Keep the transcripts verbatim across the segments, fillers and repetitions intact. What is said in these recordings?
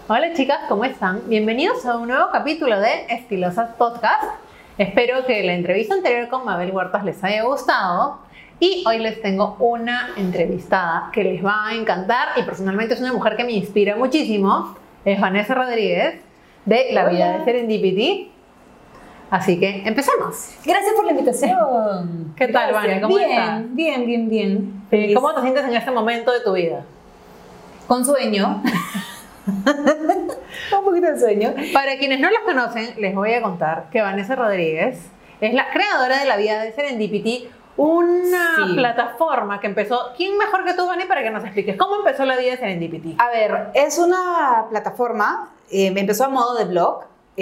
Hola chicas, ¿cómo están? Bienvenidos a un nuevo capítulo de Estilosas Podcast. Espero que la entrevista anterior con Mabel Huertas les haya gustado y hoy les tengo una entrevistada que les va a encantar y personalmente es una mujer que me inspira muchísimo. Es Vanessa Rodríguez de La Vida de Serendipity. Así que empezamos. Gracias por la invitación. ¿Qué tal, Vanessa? ¿Cómo bien, estás? Bien, bien, bien. Sí, ¿cómo te sientes en este momento de tu vida? Con sueño. Un poquito de sueño. Para quienes no las conocen, les voy a contar que Vanessa Rodríguez es la creadora de La Vida de Serendipity, una Sí. plataforma que empezó... ¿Quién mejor que tú, Vani, para que nos expliques cómo empezó La Vida de Serendipity? A ver, es una plataforma, eh, empezó a modo de blog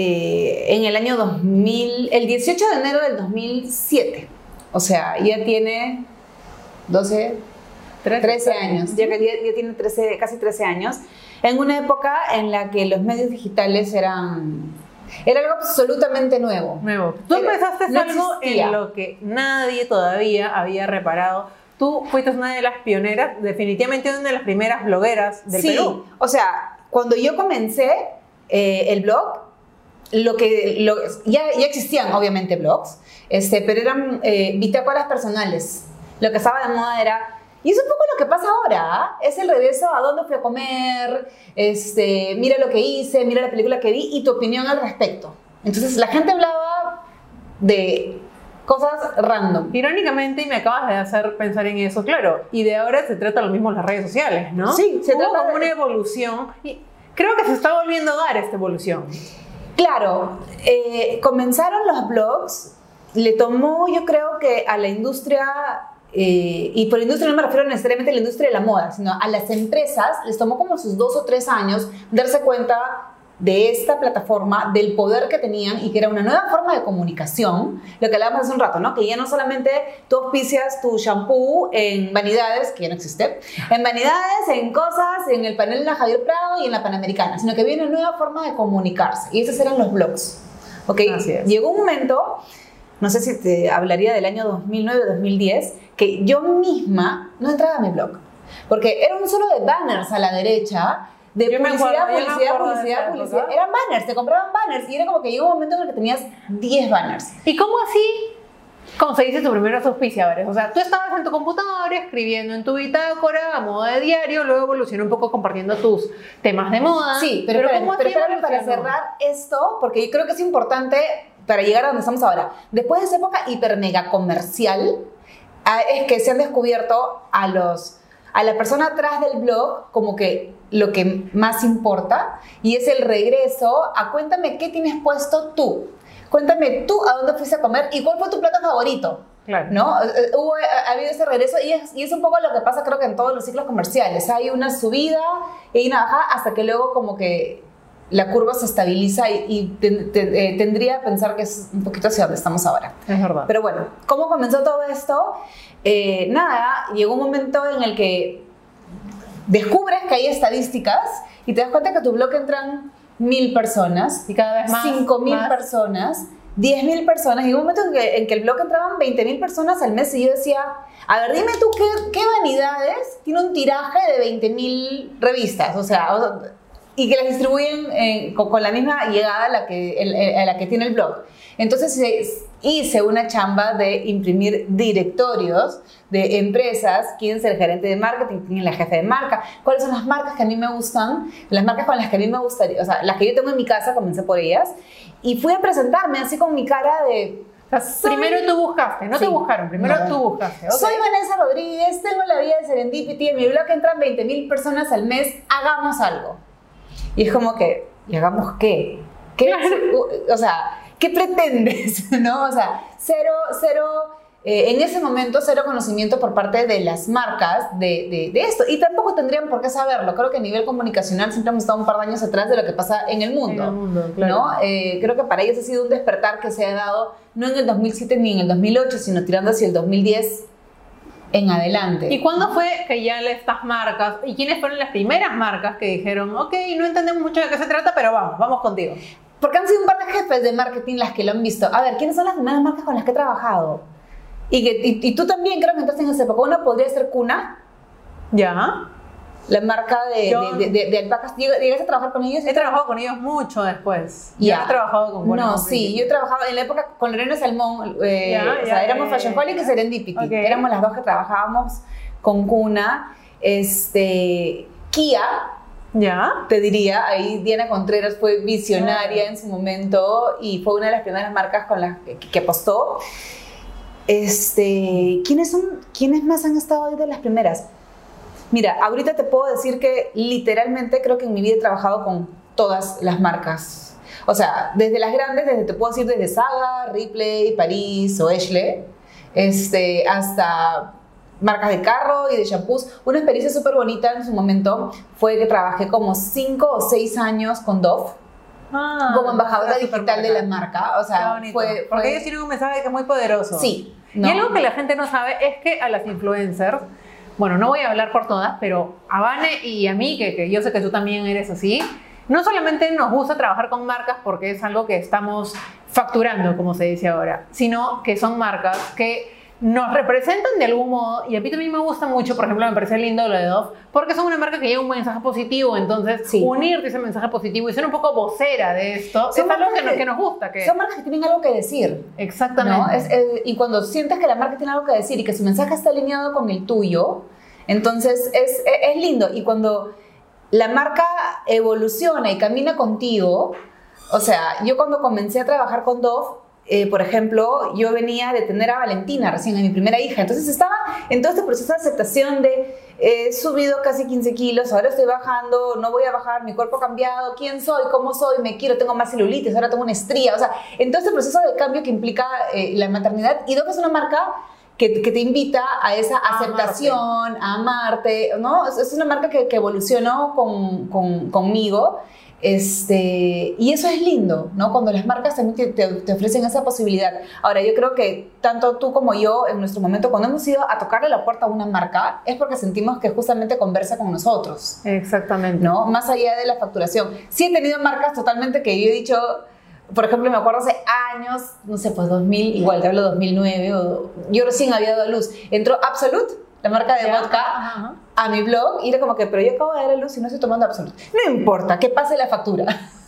eh, en el año dos mil, el dieciocho de enero del dos mil siete. O sea, ya tiene doce, trece años. Ya, ya, ya tiene trece, casi trece años. En una época en la que los medios digitales eran... Era algo absolutamente nuevo. Nuevo. Tú Era- empezaste no algo existía. en lo que nadie todavía había reparado. Tú fuiste una de las pioneras, definitivamente una de las primeras blogueras del Sí, Perú. o sea, cuando yo comencé eh, el blog, lo que, lo- ya, ya existían obviamente blogs, este, pero eran eh, bitácoras personales. Lo que estaba de moda era... Y es un poco lo que pasa ahora, ¿ah? Es el regreso a dónde fui a comer, este, mira lo que hice, mira la película que vi y tu opinión al respecto. Entonces la gente hablaba de cosas random. Irónicamente, y me acabas de hacer pensar en eso, claro, y de ahora se trata lo mismo en las redes sociales, ¿no? Sí, se Hubo trata como de- una evolución y creo que se está volviendo a dar esta evolución. Claro, eh, comenzaron los blogs, le tomó yo creo que a la industria, eh, y por industria no me refiero necesariamente a la industria de la moda, sino a las empresas, les tomó como sus dos o tres años darse cuenta de esta plataforma, del poder que tenían y que era una nueva forma de comunicación, lo que hablábamos hace un rato, ¿no? Que ya no solamente tú auspicias tu shampoo en Vanidades, que ya no existe, en Vanidades, en cosas, en el panel de la Javier Prado y en la Panamericana, sino que viene una nueva forma de comunicarse y esos eran los blogs, ¿ok? Así es. Llegó un momento, no sé si te hablaría del año dos mil nueve o dos mil diez, que yo misma no entraba a mi blog, porque era un solo de banners a la derecha, de Yo me publicidad, acuerdo, yo me publicidad, acuerdo de publicidad, esa publicidad. época. Eran banners, te compraban banners y era como que llegó un momento en el que tenías diez banners. ¿Y cómo así conseguiste tus primeros auspiciadores? O sea, tú estabas en tu computadora escribiendo en tu bitácora a modo de diario, luego evolucionó un poco compartiendo tus temas de moda. Sí, pero, espérame, ¿cómo pero así espérame para evolucionó? cerrar esto, porque yo creo que es importante para llegar a donde estamos ahora. Después de esa época hiper mega comercial, ah, es que se han descubierto a los... a la persona atrás del blog como que lo que más importa y es el regreso a cuéntame qué tienes puesto tú. Cuéntame tú a dónde fuiste a comer y cuál fue tu plato favorito. Claro. ¿No? Eh, eh, Hubo, ha habido ese regreso y es, y es un poco lo que pasa creo que en todos los ciclos comerciales. Hay una subida y una bajada hasta que luego como que la curva se estabiliza y, y ten- ten- eh, tendría que pensar que es un poquito hacia donde estamos ahora. Es verdad. Pero bueno, ¿cómo comenzó todo esto? Eh, nada, llegó un momento en el que descubres que hay estadísticas y te das cuenta que a tu blog entran mil personas, Y cada vez más, cinco mil más. personas, diez mil personas. Y hubo un momento en que, en que el blog entraban veinte mil personas al mes y yo decía, a ver, dime tú qué, qué Vanidades tiene un tiraje de veinte mil revistas, o sea, o- y que las distribuyen eh, con, con la misma llegada a la que, el- el- a la que tiene el blog. Entonces eh, hice una chamba de imprimir directorios de empresas, quién es el gerente de marketing, quién es la jefe de marca, cuáles son las marcas que a mí me gustan, las marcas con las que a mí me gustaría, o sea, las que yo tengo en mi casa, comencé por ellas, y fui a presentarme así con mi cara de... O sea, soy- primero tú buscaste, no te Sí. buscaron, primero No. tú buscaste. ok. Soy Vanessa Rodríguez, tengo La Vida de Serendipity, en mi blog entran veinte mil personas al mes, hagamos algo. Y es como que, ¿y hagamos qué? ¿Qué o sea, ¿qué pretendes? ¿No? O sea, cero, cero, eh, en ese momento, cero conocimiento por parte de las marcas de, de, de esto. Y tampoco tendrían por qué saberlo. Creo que a nivel comunicacional siempre hemos estado un par de años atrás de lo que pasa en el mundo. En el mundo, claro. ¿No? Eh, creo que para ellos ha sido un despertar que se ha dado no en el dos mil siete ni en el dos mil ocho, sino tirando hacia el dos mil diez en adelante. ¿Y cuándo fue que ya estas marcas, y quiénes fueron las primeras marcas que dijeron, ok, no entendemos mucho de qué se trata, pero vamos, vamos contigo? Porque han sido un par de jefes de marketing las que lo han visto. A ver, ¿quiénes son las primeras marcas con las que he trabajado? Y, que, y, y tú también creo que entraste en esa época. Una podría ser Cuna. Ya. La marca de, Yo- de, de, de alpacas. ¿Lleg- ¿Llegaste a trabajar con ellos? He trabajado con ellos mucho después. Ya. Yo no he trabajado con Bueno, No, con sí, Principia. yo trabajaba en la época con Lorena Salmón, eh, Ya, o ya, sea, éramos ya, Fashionholic ya. y Serendipity, Ok. éramos las dos que trabajábamos con Cuna. Este, Kia, ¿Ya? te diría, ahí Diana Contreras fue visionaria en su momento y fue una de las primeras marcas con las que, que apostó. Este, ¿quiénes son, quiénes más han estado ahí de las primeras? Mira, ahorita te puedo decir que literalmente creo que en mi vida he trabajado con todas las marcas. O sea, desde las grandes, desde, te puedo decir desde Saga, Ripley, París o Ashley, este, hasta marcas de carro y de shampoos. Una experiencia súper bonita en su momento fue que trabajé como cinco o seis años con Dove Ah, como embajadora una digital de la supermarca. marca. O Qué sea, bonito. fue, Porque fue- ellos tienen un mensaje que es muy poderoso. Sí. Y ¿no? algo que la gente no sabe es que a las influencers, bueno, no voy a hablar por todas, pero a Vane y a mí, que, que yo sé que tú también eres así, no solamente nos gusta trabajar con marcas porque es algo que estamos facturando, como se dice ahora, sino que son marcas que nos representan de algún modo, y a mí también me gusta mucho, por ejemplo, me parece lindo lo de Dove, porque son una marca que lleva un mensaje positivo, entonces Sí. unirte a ese mensaje positivo y ser un poco vocera de esto, Son es algo marcas que, nos- que- que nos gusta. Que, Son marcas que tienen algo que decir. exactamente. ¿No? Es, es- y cuando sientes que la marca tiene algo que decir y que su mensaje está alineado con el tuyo, entonces es, es, es lindo. Y cuando la marca evoluciona y camina contigo, o sea, yo cuando comencé a trabajar con Dove, eh, por ejemplo, yo venía de tener a Valentina recién, a mi primera hija, entonces estaba en todo este proceso de aceptación de eh, he subido casi quince kilos, ahora estoy bajando, no voy a bajar, mi cuerpo ha cambiado, quién soy, cómo soy, me quiero, tengo más celulitis, ahora tengo una estría, o sea, en todo este proceso de cambio que implica eh, la maternidad, y Dove es una marca que, que te invita a esa A aceptación, a amarte, ¿no? Es, es una marca que, que evolucionó con, con, conmigo. Este, y eso es lindo, ¿no? Cuando las marcas también te, te, te ofrecen esa posibilidad. Ahora, yo creo que tanto tú como yo, en nuestro momento, cuando hemos ido a tocarle la puerta a una marca, es porque sentimos que justamente conversa con nosotros, Exactamente. ¿no? Más allá de la facturación. Sí he tenido marcas totalmente que yo he dicho, por ejemplo, me acuerdo hace años, no sé, pues dos mil, igual te hablo dos mil nueve, o, yo recién había dado a luz. Entró Absolute, la marca de Ya, vodka, ajá, ajá. a mi blog, y era como que, pero yo acabo de dar a luz y no estoy tomando Absolute. No importa, que pase la factura.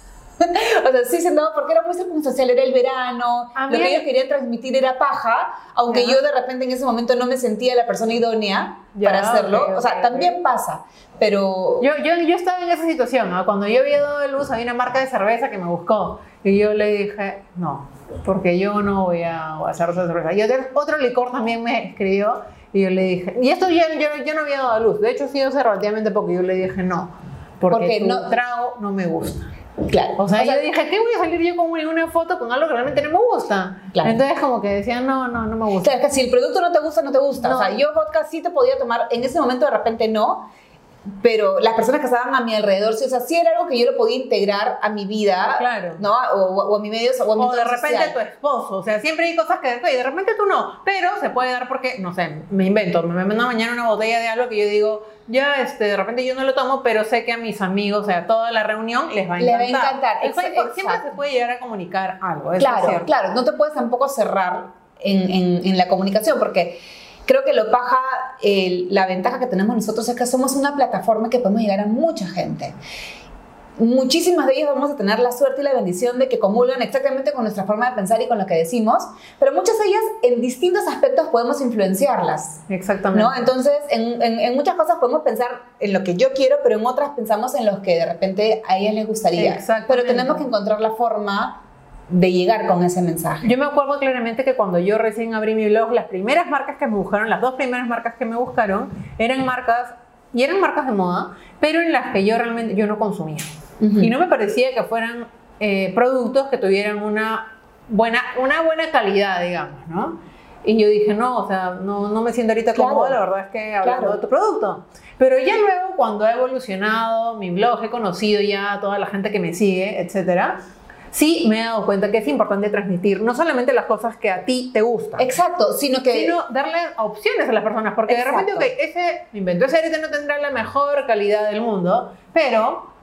O sea, sí, no, porque era muy circunstancial, era el verano, A lo mí que el- ellos querían transmitir era paja, aunque Ya. yo de repente en ese momento no me sentía la persona idónea Ya, para hacerlo. ok, O sea, ok, también ok. pasa, pero... Yo, yo, yo estaba en esa situación, ¿no? Cuando yo había dado de luz, había una marca de cerveza que me buscó. Y yo le dije, no, porque yo no voy a hacer esa cerveza. Y otro, otro licor también me escribió. Y yo le dije, y esto ya yo, yo no había dado a luz. De hecho, sí hace relativamente poco. Y yo le dije, no, porque Porque tu no- trago no me gusta. Claro. O sea, yo dije, ¿qué voy a salir yo con una foto con algo que realmente no me gusta? Claro. Entonces, como que decían, no, no, no me gusta. Claro, es que si el producto no te gusta, no te gusta. No. O sea, yo vodka sí te podía tomar, en ese momento de repente no, pero las personas que estaban a mi alrededor, sí, o sea, sí era algo que yo lo podía integrar a mi vida, Claro. ¿no? O, o a mi medio, o a mi O de entorno repente social. tu esposo, o sea, siempre hay cosas que, oye, de repente tú no, pero se puede dar porque, no sé, me invento, me manda mañana una botella de algo que yo digo, ya, este, de repente yo no lo tomo, pero sé que a mis amigos, o sea, a toda la reunión les va a Les va a encantar. encantar, Entonces, ex- siempre exacto. se puede llegar a comunicar algo, eso es Claro, cierto. claro, no te puedes tampoco cerrar en, en, en la comunicación, porque creo que lo paja, el- la ventaja que tenemos nosotros es que somos una plataforma que podemos llegar a mucha gente. Muchísimas de ellas vamos a tener la suerte y la bendición de que comulgan exactamente con nuestra forma de pensar y con lo que decimos, pero muchas de ellas en distintos aspectos podemos influenciarlas, Exactamente. ¿no? Entonces, en, en, en muchas cosas podemos pensar en lo que yo quiero, pero en otras pensamos en los que de repente a ellas les gustaría. Exactamente. Pero tenemos que encontrar la forma de llegar con ese mensaje. Yo me acuerdo claramente que cuando yo recién abrí mi blog, las primeras marcas que me buscaron, las dos primeras marcas que me buscaron, eran marcas, y eran marcas de moda, pero en las que yo realmente yo no consumía. Ujú. Y no me parecía que fueran eh, productos que tuvieran una buena, una buena calidad, digamos, ¿no? Y yo dije, no, o sea, no, no me siento ahorita Claro. cómoda, la verdad es que hablando Claro. de tu producto. Pero ya luego, cuando ha evolucionado mi blog, he conocido ya a toda la gente que me sigue, etcétera, sí me he dado cuenta que es importante transmitir no solamente las cosas que a ti te gustan, Exacto, sino que... sino darle opciones a las personas, porque Exacto. de repente, ok, ese, me invento, ese arete no tendrá la mejor calidad del mundo, pero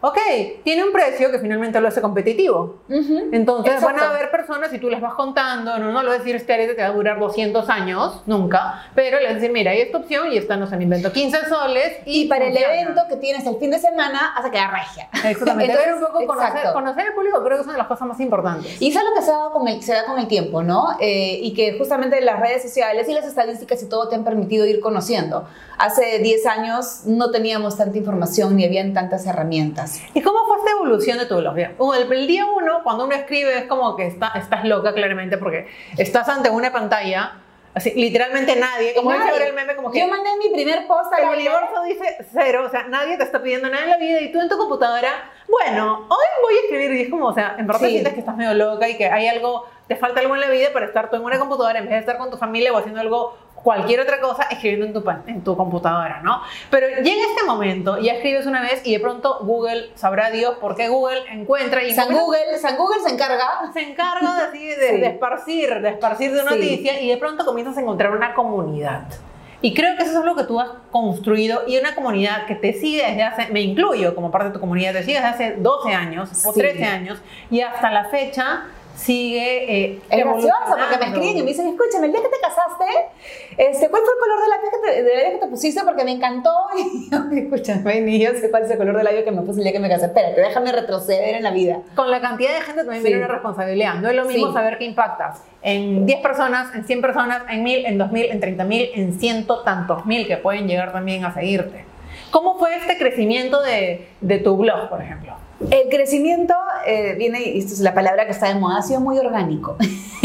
ok, tiene un precio que finalmente lo hace competitivo. Uh-huh. Entonces Exacto. van a haber personas y tú les vas contando, no, no le vas a decir este arete te va a durar doscientos años, nunca, pero le vas a decir, mira, hay esta opción y esta no se me inventó quince soles y, Y para funciona. el evento que tienes el fin de semana, hace quedar regia. Exactamente, Entonces, ver un poco conocer, exacto. conocer el público creo que es una de las cosas más importantes. Y eso es lo que se, ha dado con el, se da con el tiempo, ¿no? Eh, y que justamente las redes sociales y las estadísticas y todo te han permitido ir conociendo. Hace diez años no teníamos tanta información ni habían tantas herramientas. ¿Y cómo fue esta evolución de tu blog? Bien, El, el día uno, cuando uno escribe, es como que está, estás loca claramente porque estás ante una pantalla, así, literalmente nadie, como dice ahora el meme, como que yo mandé mi primer post a el la universo dice cero, o sea, nadie te está pidiendo nada en la vida y tú en tu computadora, bueno, hoy voy a escribir y es como, o sea, en verdad Sí. sientes que estás medio loca y que hay algo, te falta algo en la vida para estar tú en una computadora en vez de estar con tu familia o haciendo algo, cualquier otra cosa, escribiendo en tu, en tu computadora, ¿no? Pero llega este momento, ya escribes una vez y de pronto Google, sabrá Dios por qué Google encuentra y San encuentra- Google, San Google se encarga. se encarga de, así, de, Sí. de esparcir, de esparcir de Sí. noticias y de pronto comienzas a encontrar una comunidad. Y creo que eso es lo que tú has construido y una comunidad que te sigue desde hace, me incluyo como parte de tu comunidad, te sigue desde hace doce años o Sí. trece años y hasta la fecha sigue eh, Es gracioso porque me evolucionando. escriben y me dicen, escúchame, el día que te casaste, este, ¿cuál fue el color de labio que te, de labio que te pusiste? Porque me encantó. Y yo, escúchame, ni yo sé cuál es el color de labio que me puse el día que me casé. Espérate, déjame retroceder en la vida. Con la cantidad de gente también Sí. viene una responsabilidad. No es lo mismo Sí. saber que impactas en diez personas, en cien personas, en mil, en dos mil, en treinta mil, en ciento tantos mil que pueden llegar también a seguirte. ¿Cómo fue este crecimiento de, de tu blog, por ejemplo? El crecimiento eh, viene, y esta es la palabra que está de moda, ha sido muy orgánico.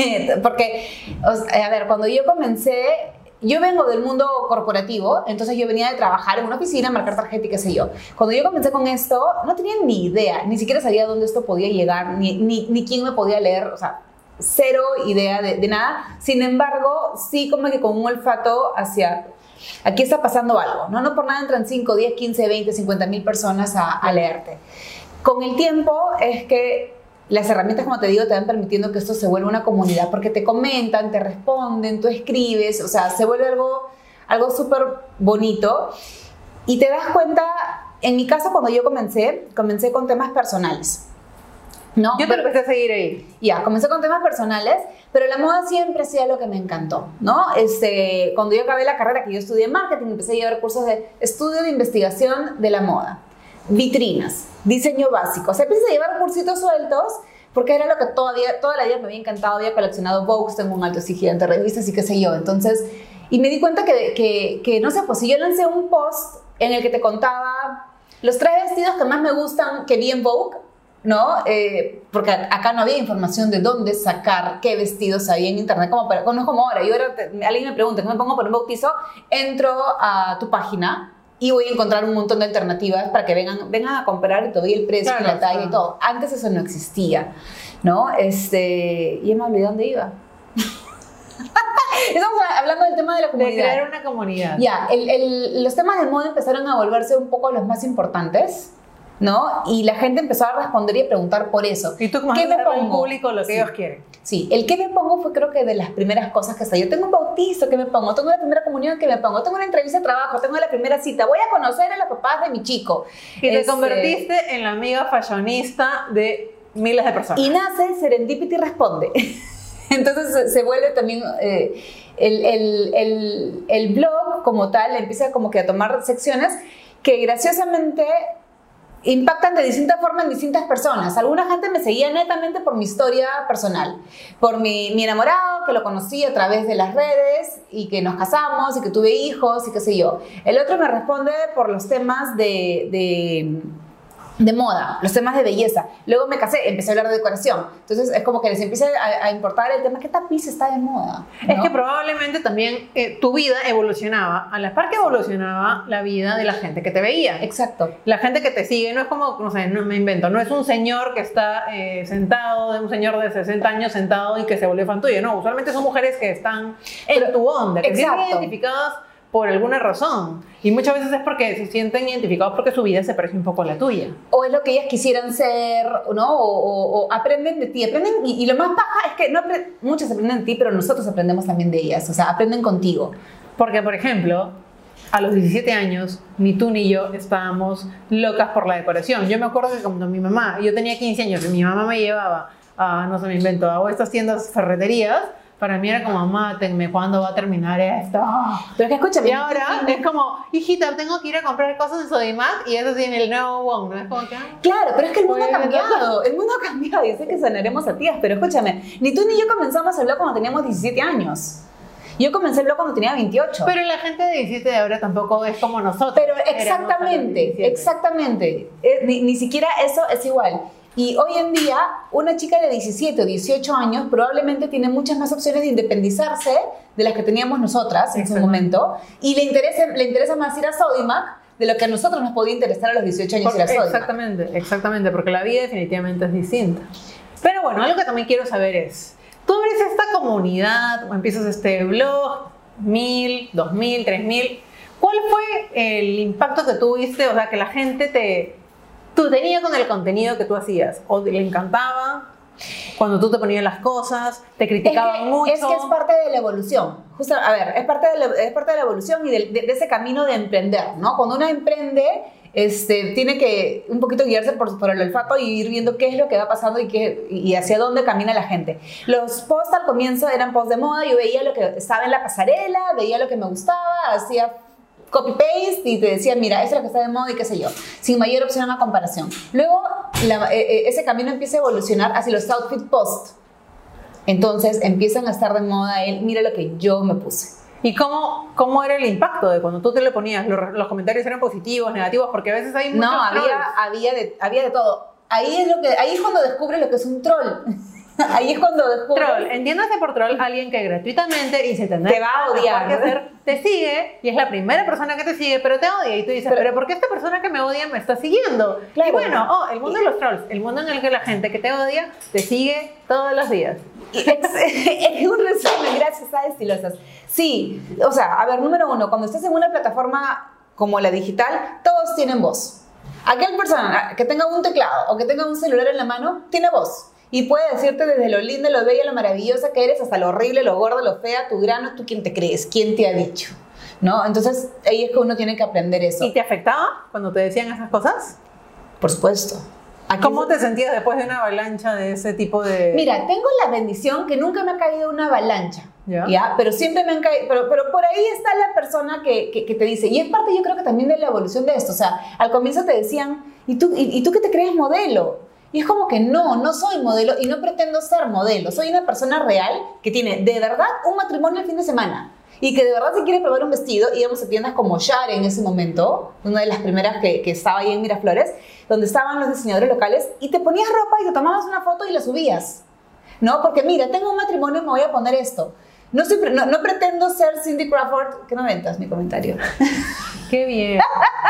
Porque, o sea, a ver, cuando yo comencé, yo vengo del mundo corporativo, entonces yo venía de trabajar en una oficina, marcar tarjeta y qué sé yo. Cuando yo comencé con esto, no tenía ni idea, ni siquiera sabía dónde esto podía llegar, ni, ni, ni quién me podía leer, o sea, cero idea de, de nada. Sin embargo, sí como que con un olfato hacia... Aquí está pasando algo, ¿no? No por nada entran cinco, diez, quince, veinte, cincuenta mil personas a, a leerte. Con el tiempo es que las herramientas, como te digo, te van permitiendo que esto se vuelva una comunidad porque te comentan, te responden, tú escribes, o sea, se vuelve algo, algo súper bonito y te das cuenta, en mi caso cuando yo comencé, comencé con temas personales. ¿No? Yo te Pero- empecé a seguir ahí. ya, comencé con temas personales, pero la moda siempre hacía lo que me encantó, ¿no? Este, cuando yo acabé la carrera, que yo estudié marketing, empecé a llevar cursos de estudio de investigación de la moda, vitrinas, diseño básico, o sea, empecé a llevar cursitos sueltos, porque era lo que todavía, toda la vida me había encantado, había coleccionado Vogue, tengo un alto y gigante revistas y qué sé yo, entonces, y me di cuenta que, que, que, no sé, pues si yo lancé un post en el que te contaba los tres vestidos que más me gustan que vi en Vogue, ¿no? Eh, porque acá no había información de dónde sacar qué vestidos había en internet, como para, no es como ahora, yo ahora te- alguien me pregunta, ¿qué me pongo para un bautizo? Entro a tu página y voy a encontrar un montón de alternativas para que vengan, vengan a comprar y te doy el precio Claro, y la talla claro. y todo. Antes eso no existía, ¿no? Este, y me olvidé dónde iba. Estamos hablando del tema de la De comunidad. crear una comunidad. Ya, el, el, los temas de moda empezaron a volverse un poco los más importantes, ¿no? Y la gente empezó a responder y a preguntar por eso. Y tú como ¿Qué haces me al pongo? público lo que Sí. ellos quieren. Sí, el que me pongo fue creo que de las primeras cosas que hasta yo tengo un bautizo que me pongo, tengo la primera comunión que me pongo, tengo una entrevista de trabajo, tengo la primera cita, voy a conocer a los papás de mi chico. Y te Este, convertiste en la amiga fashionista de miles de personas. Y nace Serendipity Responde. Entonces se, se vuelve también eh, el, el, el, el blog como tal, empieza como que a tomar secciones que graciosamente impactan de distinta forma en distintas personas. Alguna gente me seguía netamente por mi historia personal, por mi, mi enamorado, que lo conocí a través de las redes y que nos casamos y que tuve hijos y qué sé yo. El otro me responde por los temas de... de de moda, los temas de belleza. Luego me casé, empecé a hablar de decoración. Entonces es como que les empieza a, a importar el tema, ¿qué tapiz está de moda? ¿no? Es que probablemente también eh, tu vida evolucionaba a la par que evolucionaba la vida de la gente que te veía. Exacto. La gente que te sigue no es como, no sé, no me invento, no es un señor que está eh, sentado, de un señor de sesenta años sentado y que se volvió fan tuyo. No, usualmente son mujeres que están en Pero- tu onda, que se sienten exacto. identificadas por alguna razón. Y muchas veces es porque se sienten identificados porque su vida se parece un poco a la tuya. O es lo que ellas quisieran ser, ¿no? O, o- o aprenden de ti, aprenden, y, y lo más paja es que no apre- muchas aprenden de ti, pero nosotros aprendemos también de ellas, o sea, aprenden contigo. Porque, por ejemplo, a los diecisiete años, ni tú ni yo estábamos locas por la decoración. Yo me acuerdo que cuando mi mamá, yo tenía quince años y mi mamá me llevaba a, no sé, me invento, a estas tiendas ferreterías, para mí era como, mamá, tenme, ¿cuándo va a terminar esto? Pero es que escúchame. Y ahora es como, hijita, tengo que ir a comprar cosas en Sodimac y eso tiene el nuevo Wong, ¿no? Es como que, ah, claro, pero es que el mundo ha pues, cambiado, el mundo ha cambiado, y sé que sonaremos a tías, pero escúchame, ni tú ni yo comenzamos el blog cuando teníamos diecisiete años. Yo comencé el blog cuando tenía veintiocho. pero la gente de diecisiete de ahora tampoco es como nosotros. Pero éramos a los exactamente, diecisiete. exactamente. Eh, ni, ni siquiera eso es igual. Y hoy en día, una chica de diecisiete o dieciocho años probablemente tiene muchas más opciones de independizarse de las que teníamos nosotras en su momento. Y le interesa, le interesa más ir a Sodimac de lo que a nosotros nos podía interesar a los dieciocho años Por- ir a Sodimac. exactamente, exactamente, porque la vida definitivamente es distinta. Pero bueno, algo que también quiero saber es, tú abres esta comunidad o empiezas este blog, mil, dos mil, tres mil, ¿cuál fue el impacto que tuviste? O sea, que la gente te, tú tenía con el contenido que tú hacías, o le encantaba cuando tú te ponías las cosas, te criticaban es que, mucho. Es que es parte de la evolución. Justo, a ver, es parte de la, es parte de la evolución y de, de, de ese camino de emprender, ¿no? Cuando uno emprende, este, tiene que un poquito guiarse por, por el olfato y ir viendo qué es lo que va pasando y, qué, y hacia dónde camina la gente. Los posts al comienzo eran posts de moda, yo veía lo que estaba en la pasarela, veía lo que me gustaba, hacía copy-paste y te decía, mira, eso es lo que está de moda y qué sé yo, sin mayor opción a comparación. Luego, la, eh, ese camino empieza a evolucionar hacia los outfit post. Entonces, empiezan a estar de moda el, mira lo que yo me puse. ¿Y cómo, cómo era el impacto de cuando tú te lo ponías? ¿Los, los comentarios eran positivos, negativos? Porque a veces hay muchos No, había, trolls. había, de, había de todo. Ahí es, lo que, ahí es cuando descubres lo que es un troll. Ahí es cuando descubres... Troll, entiéndase por troll alguien que gratuitamente y se te, Te va a odiar. que hacer, te sigue y es la primera persona que te sigue, pero te odia y tú dices, pero, pero ¿por qué esta persona que me odia me está siguiendo? Claro. Y bueno, oh, el mundo de los trolls, el mundo en el que la gente que te odia te sigue todos los días. Es un resumen, gracias a Estilosas. Sí, o sea, a ver, número uno, cuando estás en una plataforma como la digital, todos tienen voz. Aquel persona que tenga un teclado o que tenga un celular en la mano, tiene voz. Y puede decirte desde lo linda, lo bella, lo maravillosa que eres, hasta lo horrible, lo gordo, lo fea, tu grano, tú quién te crees, quién te ha dicho, ¿no? Entonces, ahí es que uno tiene que aprender eso. ¿Y te afectaba cuando te decían esas cosas? Por supuesto. Aquí ¿Cómo se... te sentías después de una avalancha de ese tipo de...? Mira, tengo la bendición que nunca me ha caído una avalancha, ¿Ya? ¿ya? Pero siempre me han caído, pero, pero por ahí está la persona que, que, que te dice, y es parte yo creo que también de la evolución de esto, o sea, al comienzo te decían, ¿y tú, y, y tú qué te crees modelo? Y es como que no, no soy modelo y no pretendo ser modelo, soy una persona real que tiene de verdad un matrimonio el fin de semana. Y que de verdad se quiere probar un vestido, íbamos a tiendas como Share en ese momento, una de las primeras que, que estaba ahí en Miraflores, donde estaban los diseñadores locales, y te ponías ropa y te tomabas una foto y la subías, ¿no? Porque mira, tengo un matrimonio y me voy a poner esto. No, soy, no, no pretendo ser Cindy Crawford. ¿Qué no ventas mi comentario? ¡Qué bien!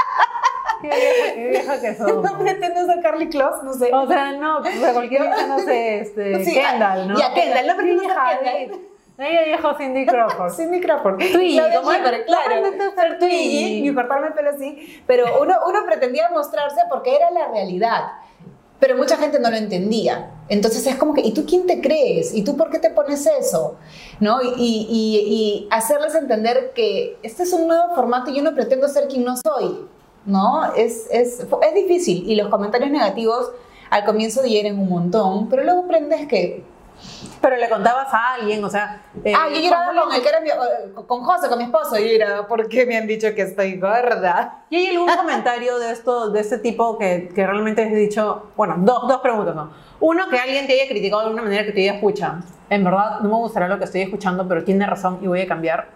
¡Qué vieja, qué vieja que sos! No pretendo ser Carly Close, no sé. O sea, no, pues a cualquier vieja, no sé, este, Sí, Kendall, ¿no? ya, Kendall, no pretendo ser Vieja, Kendall. ella dijo Cindy Crawford. Cindy Crawford. Twiggy, Claudia ¿cómo Schiffer, era? claro. No pretendo ser Twiggy. Ni cortarme el pelo así. Pero uno, uno pretendía mostrarse porque era la realidad. Pero mucha gente no lo entendía. Entonces es como que, ¿y tú quién te crees? ¿Y tú por qué te pones eso? ¿No? Y, y, y hacerles entender que este es un nuevo formato y yo no pretendo ser quien no soy, ¿no? Es, es, es difícil. Y los comentarios negativos al comienzo hieren un montón, pero luego aprendes que... Pero le contabas a alguien, o sea... Eh, ah, yo lloraba ¿cómo con el que era mi, con José, con mi esposo, y yo lloraba, ¿por qué me han dicho que estoy gorda? ¿Y hay algún comentario de esto, de este tipo que, que realmente has dicho? Bueno, dos, dos preguntas, ¿no? Uno, que alguien te haya criticado de alguna manera que te diga, escucha, en verdad no me gustará lo que estoy escuchando, pero tiene razón y voy a cambiar.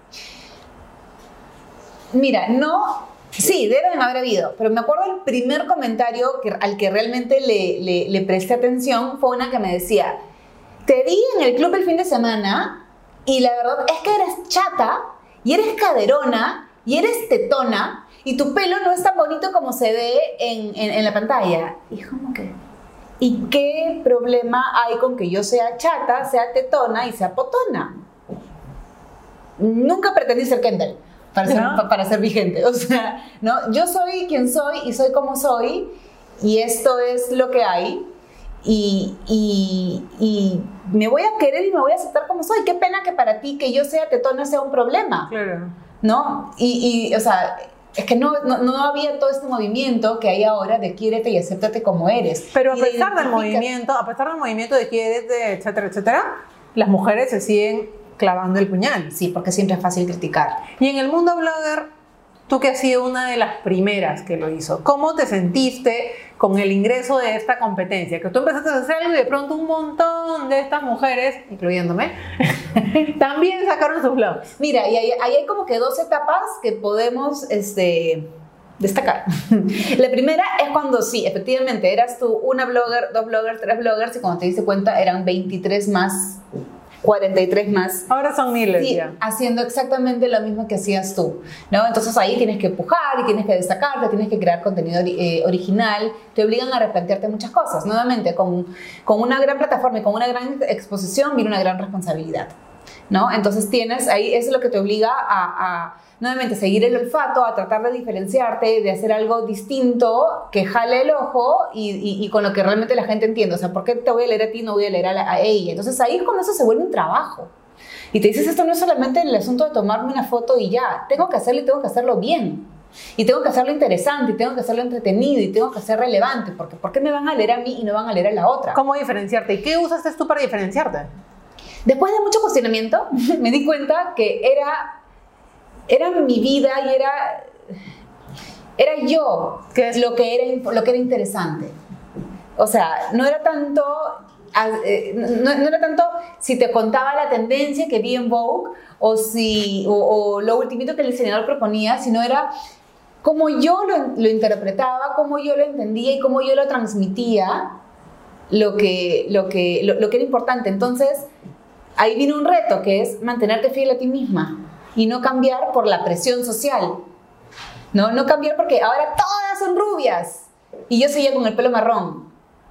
Mira, no... Sí, deben haber habido, pero me acuerdo el primer comentario que, al que realmente le, le, le presté atención fue una que me decía, te vi en el club el fin de semana y la verdad es que eres chata y eres caderona y eres tetona y tu pelo no es tan bonito como se ve en, en, en la pantalla. Y como que, ¿y qué problema hay con que yo sea chata, sea tetona y sea potona? Nunca pretendí ser Kendall. Para ser, ¿No? para ser vigente, o sea, ¿no? Yo soy quien soy y soy como soy y esto es lo que hay y, y, y me voy a querer y me voy a aceptar como soy. Qué pena que para ti que yo sea tetona sea un problema. Claro. ¿no? Y, y o sea, es que no, no, no había todo este movimiento que hay ahora de quiérete y acéptate como eres. Pero a Y de pesar del identifica- movimiento, a pesar del movimiento de quiérete, etcétera, etcétera, las mujeres se siguen clavando el puñal. Sí, porque siempre es fácil criticar. Y en el mundo blogger, tú que has sido una de las primeras que lo hizo, ¿cómo te sentiste con el ingreso de esta competencia? Que tú empezaste a hacer algo y de pronto un montón de estas mujeres, incluyéndome, también sacaron sus blogs. Mira, y ahí, ahí hay como que dos etapas que podemos este, destacar. La primera es cuando sí, efectivamente, eras tú una blogger, dos bloggers, tres bloggers, y cuando te diste cuenta eran veintitrés más, cuarenta y tres más. Ahora son miles Sí, ya. haciendo exactamente lo mismo que hacías tú, ¿no? Entonces ahí tienes que empujar y tienes que destacarte, tienes que crear contenido eh, original, te obligan a replantearte muchas cosas. Nuevamente, con, con una gran plataforma y con una gran exposición viene una gran responsabilidad, ¿no? Entonces tienes ahí, eso es lo que te obliga a, a nuevamente seguir el olfato, a tratar de diferenciarte, de hacer algo distinto que jale el ojo y, y, y con lo que realmente la gente entiende. O sea, ¿por qué te voy a leer a ti, no voy a leer a, la, a ella? Entonces ahí es cuando eso se vuelve un trabajo. Y te dices, esto no es solamente el asunto de tomarme una foto y ya. Tengo que hacerlo y tengo que hacerlo bien. Y tengo que hacerlo interesante, y tengo que hacerlo entretenido, y tengo que ser relevante. Porque ¿por qué me van a leer a mí y no van a leer a la otra? ¿Cómo diferenciarte? ¿Y qué usaste tú para diferenciarte? Después de mucho cuestionamiento, me di cuenta que era, era mi vida y era, era yo ¿Qué es? lo que era, lo que era interesante. O sea, no era tanto, no, no era tanto si te contaba la tendencia que vi en Vogue o, si, o, o lo ultimito que el diseñador proponía, sino era cómo yo lo, lo interpretaba, cómo yo lo entendía y cómo yo lo transmitía, lo que, lo que, lo, lo que era importante. Entonces, ahí vino un reto, que es mantenerte fiel a ti misma y no cambiar por la presión social. No, no cambiar porque ahora todas son rubias y yo seguía con el pelo marrón.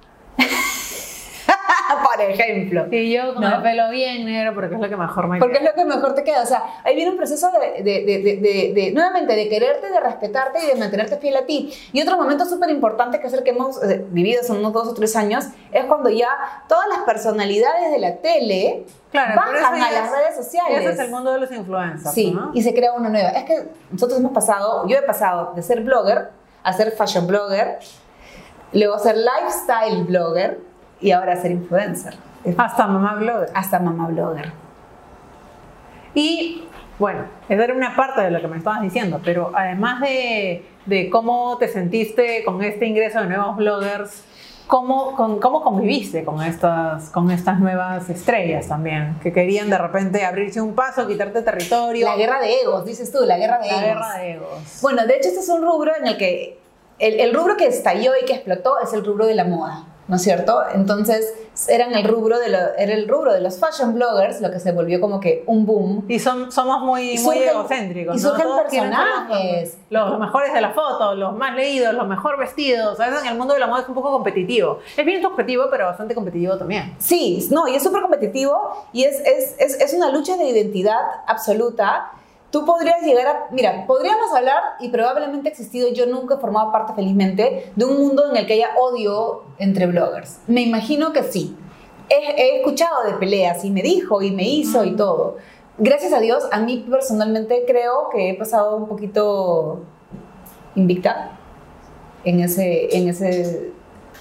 Por ejemplo. Y yo con ¿No? el pelo bien negro porque es lo que mejor me Porque es queda. lo que mejor te queda. O sea, ahí viene un proceso de, de, de, de, de, de nuevamente, de quererte, de respetarte y de mantenerte fiel a ti. Y otro momento súper importante, que es el que hemos eh, vivido hace unos dos o tres años, es cuando ya todas las personalidades de la tele Claro, pero eso bajan ya a las es- redes sociales. Ese es el mundo de los influencers, Sí, ¿no? y se crea una nueva. Es que nosotros hemos pasado, yo he pasado de ser blogger a ser fashion blogger, luego a ser lifestyle blogger y ahora a ser influencer. Hasta mamá blogger. Hasta mamá blogger. Y bueno, esa era una parte de lo que me estabas diciendo, pero además de, de cómo te sentiste con este ingreso de nuevos bloggers, ¿cómo, con, cómo conviviste con estas, con estas nuevas estrellas también? Que querían de repente abrirse un paso, quitarte territorio. La guerra de egos, dices tú, la guerra de La egos. guerra de egos. Bueno, de hecho este es un rubro en el que, el, el rubro que estalló y que explotó es el rubro de la moda, ¿no es cierto? Entonces eran el rubro de lo, era el rubro de los fashion bloggers, lo que se volvió como que un boom. Y son, somos muy, Y muy surgen- egocéntricos. y ¿no? surgen Todos quieren ser personajes. Los, los mejores de la foto, los más leídos, los mejor vestidos. A veces en el mundo de la moda es un poco competitivo. Es bien subjetivo, pero bastante competitivo también. Sí, no, y es súper competitivo y es, es, es, es una lucha de identidad absoluta. Tú podrías llegar a... Mira, podríamos hablar, y probablemente ha existido, yo nunca he formado parte felizmente, de un mundo en el que haya odio entre bloggers. Me imagino que sí. He, he escuchado de peleas y me dijo y me hizo y todo. Gracias a Dios, a mí personalmente creo que he pasado un poquito invicta en ese, en ese,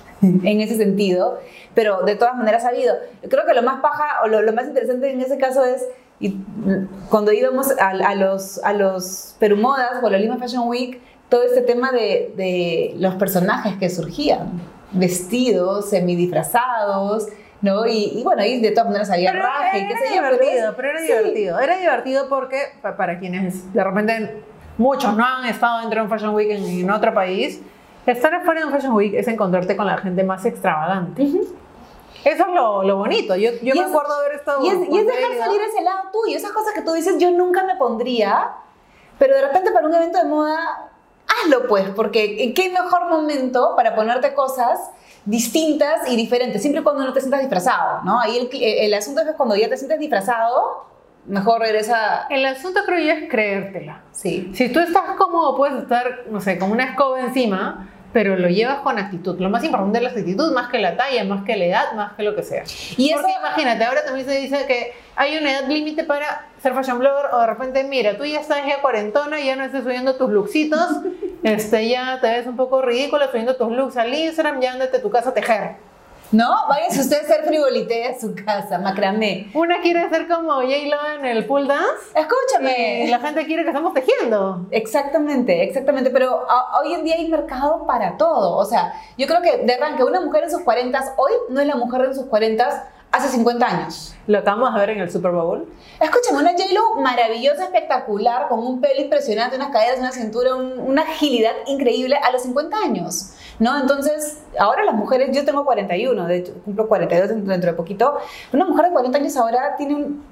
en ese sentido, pero de todas maneras ha habido. Creo que lo más paja o lo, lo más interesante en ese caso es y cuando íbamos a, a los, a los Perumodas o a la Lima Fashion Week, todo este tema de, de los personajes que surgían, vestidos, semidisfrazados, ¿no? Y, y bueno, y de todas maneras había Pero raje, era qué sé yo, divertido, es- pero era sí. divertido. Era divertido porque, pa- para quienes de repente, muchos no han estado dentro de un Fashion Week en, en otro país, estar afuera de un Fashion Week es encontrarte con la gente más extravagante. Ujú. Eso es lo, lo bonito. Yo, yo Y me es- acuerdo haber estado... Y es, y es cuando he dejar ido- salir ese lado tuyo, esas cosas que tú dices, yo nunca me pondría, pero de repente para un evento de moda, hazlo pues, porque ¿en qué mejor momento para ponerte cosas distintas y diferentes? Siempre y cuando no te sientas disfrazado, ¿no? Ahí el, el asunto es que cuando ya te sientes disfrazado, mejor regresa... El asunto creo yo es creértela. Sí. Si tú estás cómodo, puedes estar, no sé, con una escoba encima, pero lo llevas con actitud. Lo más importante es la actitud, más que la talla, más que la edad, más que lo que sea. Y Porque eso, imagínate, ahora también se dice que hay una edad límite para ser fashion blogger, o de repente, mira, tú ya estás ya cuarentona y ya no estés subiendo tus looksitos, este, ya te ves un poco ridícula subiendo tus looks al Instagram, ya ándate a tu casa a tejer. ¿no? Váyanse ustedes a hacer frivolité a su casa, macramé. Una quiere ser como J-Lo en el pool dance. Escúchame. Y la gente quiere que estemos tejiendo. Exactamente, exactamente, pero a, hoy en día hay mercado para todo. O sea, yo creo que de arranque una mujer en sus cuarentas hoy no es la mujer en sus cuarentas hace cincuenta años. Lo acabamos de ver en el Super Bowl. Escúchame, una J-Lo maravillosa, espectacular, con un pelo impresionante, unas caderas, una cintura, un, una agilidad increíble a los cincuenta años, ¿no? Entonces, ahora las mujeres, yo tengo cuarenta y uno, de hecho, cumplo cuarenta y dos dentro, dentro de poquito. Una mujer de cuarenta años ahora tiene un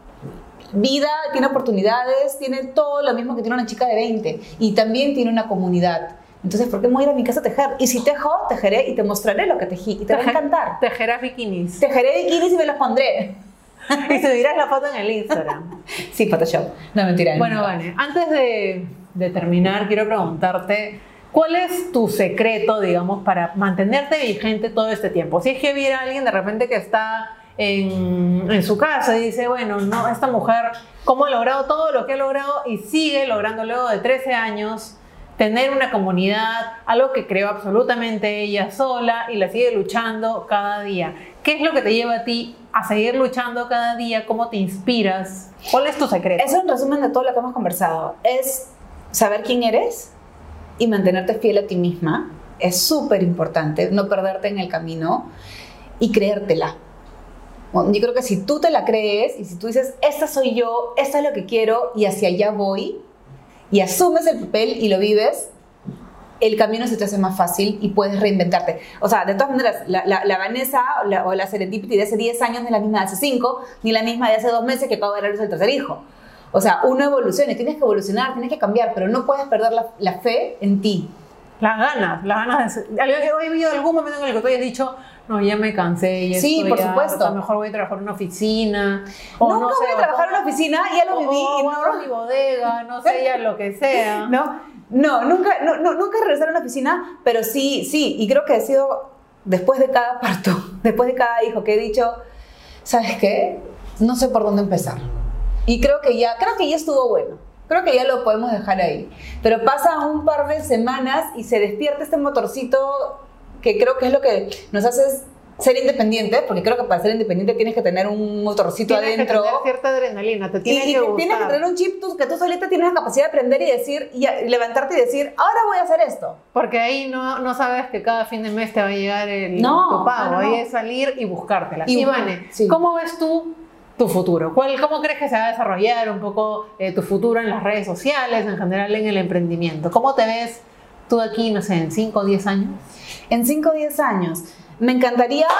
vida, tiene oportunidades, tiene todo lo mismo que tiene una chica de veinte y también tiene una comunidad. Entonces, ¿por qué me voy a ir a mi casa a tejer? Y si tejo, tejeré y te mostraré lo que tejí y te va a encantar. Tejerás bikinis. Tejeré bikinis y me los pondré. Y subirás la foto en el Instagram. Sí, Photoshop. No, mentira. Bueno, Vane, antes de, de terminar, quiero preguntarte, ¿cuál es tu secreto, digamos, para mantenerte vigente todo este tiempo? Si es que viera a alguien de repente que está en, en su casa y dice, bueno, no, esta mujer, ¿cómo ha logrado todo lo que ha logrado y sigue logrando luego de trece años tener una comunidad, algo que creó absolutamente ella sola y la sigue luchando cada día? ¿Qué es lo que te lleva a ti a seguir luchando cada día? ¿Cómo te inspiras? ¿Cuál es tu secreto? Es un resumen de todo lo que hemos conversado. Es saber quién eres y mantenerte fiel a ti misma. Es súper importante no perderte en el camino y creértela. Bueno, yo creo que si tú te la crees y si tú dices, esta soy yo, esta es lo que quiero y hacia allá voy, y asumes el papel y lo vives, el camino se te hace más fácil y puedes reinventarte. O sea, de todas maneras, la, la, la Vanessa o la, o la Serendipity de hace diez años no es la misma de hace cinco, ni la misma de hace dos meses que acabo de darles el tercer hijo. O sea, uno evoluciona y tienes que evolucionar, tienes que cambiar, pero no puedes perder la, la fe en ti. Las ganas, las ganas de... ¿He habido algún momento en el que tú hayas dicho, no, ya me cansé, ya sí, estoy por harta, supuesto. mejor voy a trabajar en una oficina? O Nunca no sé, voy a trabajar en una oficina, ya lo viví. O, y o abro no, mi bodega, no sé, ya lo que sea. No, no, nunca, no, no, nunca regresar a una oficina, pero sí, sí, y creo que ha sido después de cada parto, después de cada hijo, que he dicho, ¿sabes qué? No sé por dónde empezar. Y creo que ya, creo que ya estuvo bueno. Creo que ya lo podemos dejar ahí. Pero pasa un par de semanas y se despierta este motorcito que creo que es lo que nos hace ser independientes, porque creo que para ser independiente tienes que tener un motorcito tienes adentro. Tienes que tener cierta adrenalina, te tienes y, que y gustar. Tienes que tener un chip tú, que tú solita tienes la capacidad de aprender y decir, y a, levantarte y decir, ahora voy a hacer esto. Porque ahí no, no sabes que cada fin de mes te va a llegar el no, tu pago, no, no. ahí es salir y buscártela. Y, y Vane, sí. ¿cómo ves tú tu futuro? ¿Cuál, ¿Cómo crees que se va a desarrollar un poco eh, tu futuro en las redes sociales, en general en el emprendimiento? ¿Cómo te ves tú aquí, no sé, en cinco o diez años? En cinco o diez años. Me encantaría...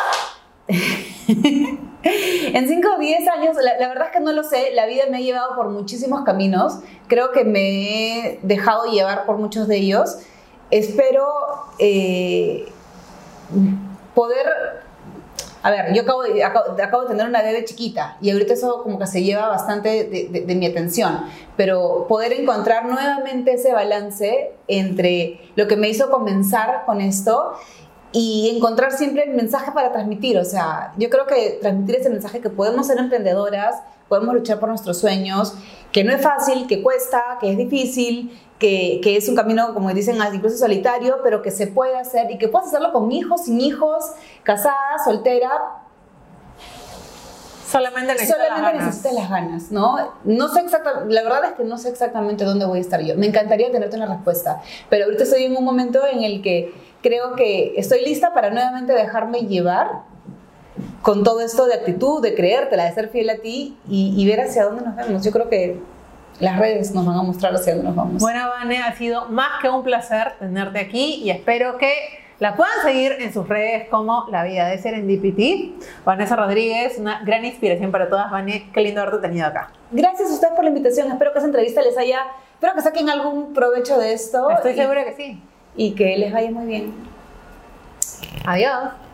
en cinco o diez años, la, la verdad es que no lo sé, la vida me ha llevado por muchísimos caminos, creo que me he dejado llevar por muchos de ellos. Espero eh, poder... A ver, yo acabo de, acabo, acabo de tener una bebé chiquita y ahorita eso como que se lleva bastante de, de, de mi atención, pero poder encontrar nuevamente ese balance entre lo que me hizo comenzar con esto y encontrar siempre el mensaje para transmitir. O sea, yo creo que transmitir ese mensaje que podemos ser emprendedoras, podemos luchar por nuestros sueños, que no es fácil, que cuesta, que es difícil, que, que es un camino, como dicen, incluso solitario, pero que se puede hacer y que puedes hacerlo con hijos, sin hijos, casada, soltera. Solamente necesitas Solamente las ganas. necesitas las ganas, ¿no? No sé exactamente, la verdad es que no sé exactamente dónde voy a estar yo. Me encantaría tenerte una respuesta, pero ahorita estoy en un momento en el que creo que estoy lista para nuevamente dejarme llevar con todo esto de actitud, de creértela, de ser fiel a ti y, y ver hacia dónde nos vemos. Yo creo que las redes nos van a mostrar hacia dónde nos vamos. Bueno, Vane, ha sido más que un placer tenerte aquí y espero que la puedan seguir en sus redes como La Vida de Serendipity. Vanessa Rodríguez, una gran inspiración para todas. Vane, qué lindo haberte tenido acá. Gracias a ustedes por la invitación. Espero que esa entrevista les haya... Espero que saquen algún provecho de esto. Estoy y, segura que sí. Y que les vaya muy bien. Adiós.